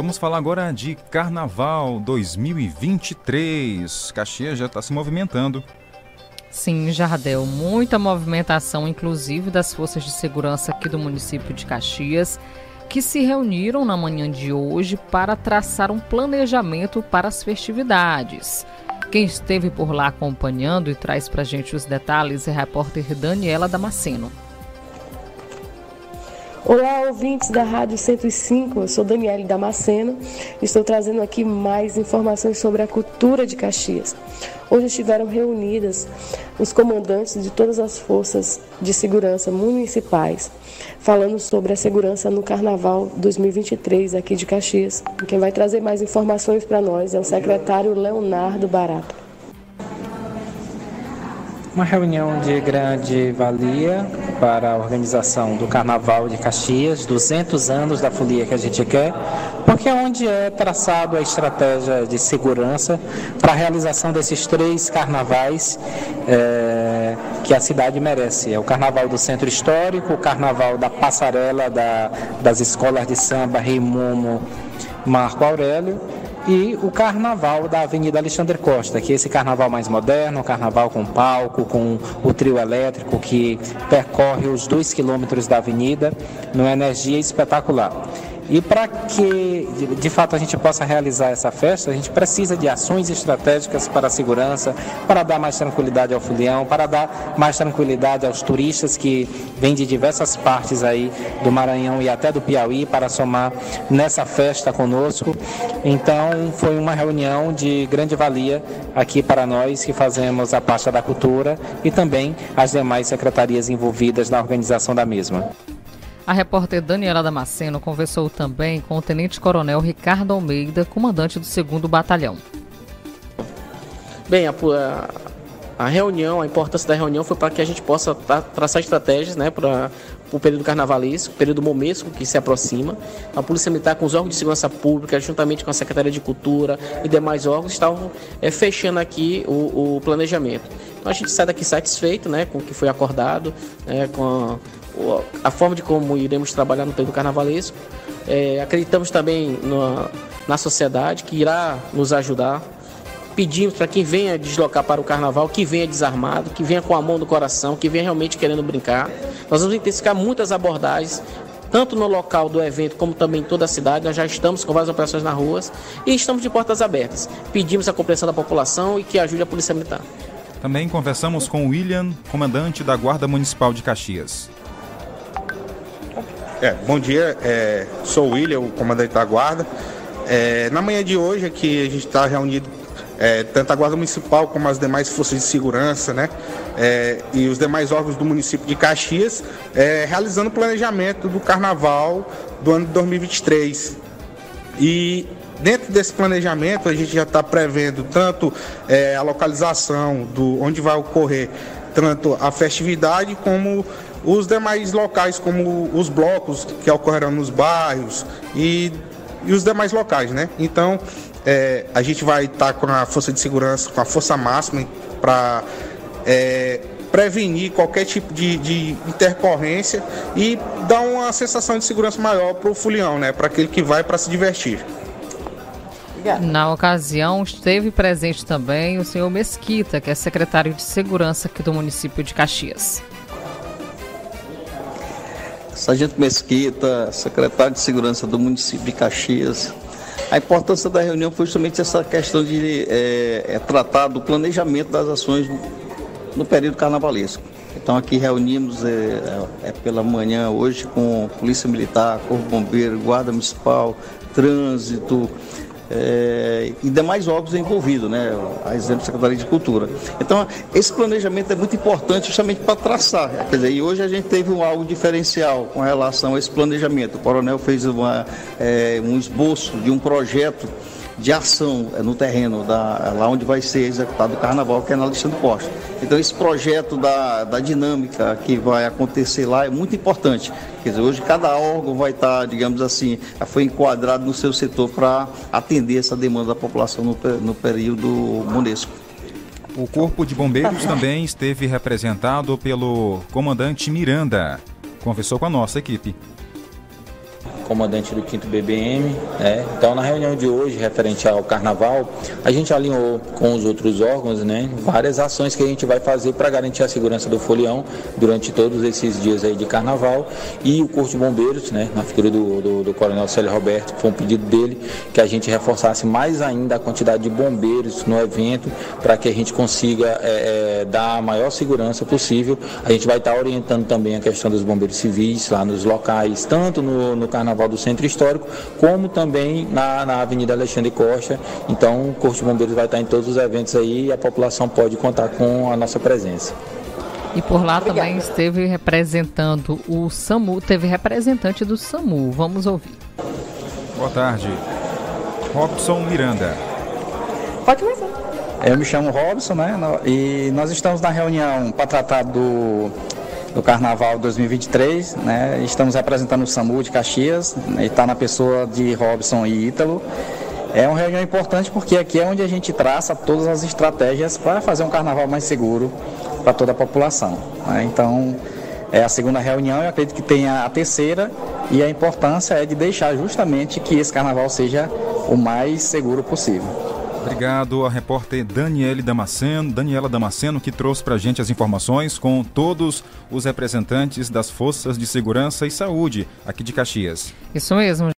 vamos falar agora de Carnaval 2023. Caxias já está se movimentando. Sim, Jardel, muita movimentação, inclusive das forças de segurança aqui do município de Caxias, que se reuniram na manhã de hoje para traçar um planejamento para as festividades. Quem esteve por lá acompanhando e traz pra gente os detalhes é a repórter Daniela Damasceno. Olá, ouvintes da Rádio 105, eu sou Daniela Damasceno e estou trazendo aqui mais informações sobre a cultura de Caxias. Hoje estiveram reunidas os comandantes de todas as forças de segurança municipais, falando sobre a segurança no Carnaval 2023 aqui de Caxias. Quem vai trazer mais informações para nós é o secretário Leonardo Barato. Uma reunião de grande valia para a organização do Carnaval de Caxias, 200 anos da folia que a gente quer, porque é onde é traçado a estratégia de segurança para a realização desses 3 carnavais que a cidade merece. É o Carnaval do Centro Histórico, o Carnaval da Passarela das escolas de samba Rei Momo, Marco Aurélio, e o Carnaval da Avenida Alexandre Costa, que é esse carnaval mais moderno, um carnaval com palco, com o trio elétrico que percorre os 2 quilômetros da avenida numa energia espetacular. E para que, de fato, a gente possa realizar essa festa, a gente precisa de ações estratégicas para a segurança, para dar mais tranquilidade ao folião, para dar mais tranquilidade aos turistas que vêm de diversas partes aí do Maranhão e até do Piauí para somar nessa festa conosco. Então, foi uma reunião de grande valia aqui para nós que fazemos a pasta da cultura e também as demais secretarias envolvidas na organização da mesma. A repórter Daniela Damasceno conversou também com o tenente-coronel Ricardo Almeida, comandante do 2º Batalhão. Bem, a reunião, a importância da reunião foi para que a gente possa traçar estratégias, né, para o período carnavalesco, período momesco que se aproxima. A Polícia Militar, com os órgãos de segurança pública, juntamente com a Secretaria de Cultura e demais órgãos, estavam fechando aqui o planejamento. Então a gente sai daqui satisfeito, né, com o que foi acordado, com a forma de como iremos trabalhar no período carnavalesco. Acreditamos também na sociedade que irá nos ajudar. Pedimos para quem venha deslocar para o carnaval, que venha desarmado, que venha com a mão no coração, que venha realmente querendo brincar. Nós vamos intensificar muitas abordagens, tanto no local do evento como também em toda a cidade. Nós já estamos com várias operações nas ruas e estamos de portas abertas. Pedimos a compreensão da população e que ajude a Polícia Militar. Também conversamos com o William, comandante da Guarda Municipal de Caxias. Bom dia, sou o William, o comandante da Guarda. Na manhã de hoje aqui a gente está reunido, tanto a Guarda Municipal como as demais forças de segurança, né, e os demais órgãos do município de Caxias, realizando o planejamento do Carnaval do ano de 2023. E dentro desse planejamento a gente já está prevendo tanto a localização onde vai ocorrer tanto a festividade como os demais locais, como os blocos que ocorrerão nos bairros e os demais locais, né? Então, a gente vai estar com a força de segurança, com a força máxima para prevenir qualquer tipo de intercorrência e dar uma sensação de segurança maior para o folião, né? Para aquele que vai para se divertir. Na ocasião, esteve presente também o senhor Mesquita, que é secretário de Segurança aqui do município de Caxias. Sargento Mesquita, secretário de Segurança do município de Caxias. A importância da reunião foi justamente essa questão de tratar do planejamento das ações no período carnavalesco. Então aqui reunimos pela manhã hoje com Polícia Militar, Corpo Bombeiro, Guarda Municipal, Trânsito, e demais órgãos envolvidos, né? A exemplo da Secretaria de Cultura. Então, esse planejamento é muito importante justamente para traçar. Quer dizer, e hoje a gente teve algo diferencial com relação a esse planejamento. O coronel fez um esboço de um projeto de ação no terreno, lá onde vai ser executado o carnaval, que é na Alexandre Costa. Então, esse projeto da dinâmica que vai acontecer lá é muito importante. Quer dizer, hoje cada órgão vai estar, digamos assim, foi enquadrado no seu setor para atender essa demanda da população no período monesco. O Corpo de Bombeiros também esteve representado pelo comandante Miranda. Conversou com a nossa equipe. comandante do 5º BBM, né? Então, na reunião de hoje, referente ao carnaval, a gente alinhou com os outros órgãos, né, várias ações que a gente vai fazer para garantir a segurança do folião durante todos esses dias aí de carnaval, e o Corpo de Bombeiros, né, na figura do Coronel Célio Roberto, que foi um pedido dele, que a gente reforçasse mais ainda a quantidade de bombeiros no evento, para que a gente consiga dar a maior segurança possível. A gente vai estar orientando também a questão dos bombeiros civis lá nos locais, tanto no Carnaval do Centro Histórico, como também na Avenida Alexandre Costa. Então, o Corpo de Bombeiros vai estar em todos os eventos aí, e a população pode contar com a nossa presença. E por lá também esteve representando o SAMU, teve representante do SAMU. Vamos ouvir. Boa tarde. Robson Miranda. Pode começar. Eu me chamo Robson, né? E nós estamos na reunião para tratar do Carnaval 2023, né? Estamos representando o SAMU de Caxias, e está na pessoa de Robson e Ítalo. É uma reunião importante porque aqui é onde a gente traça todas as estratégias para fazer um carnaval mais seguro para toda a população, né? Então, é a segunda reunião, eu acredito que tenha a terceira, e a importância é de deixar justamente que esse carnaval seja o mais seguro possível. Obrigado a repórter Daniela Damasceno, que trouxe para a gente as informações com todos os representantes das Forças de Segurança e Saúde aqui de Caxias. Isso mesmo.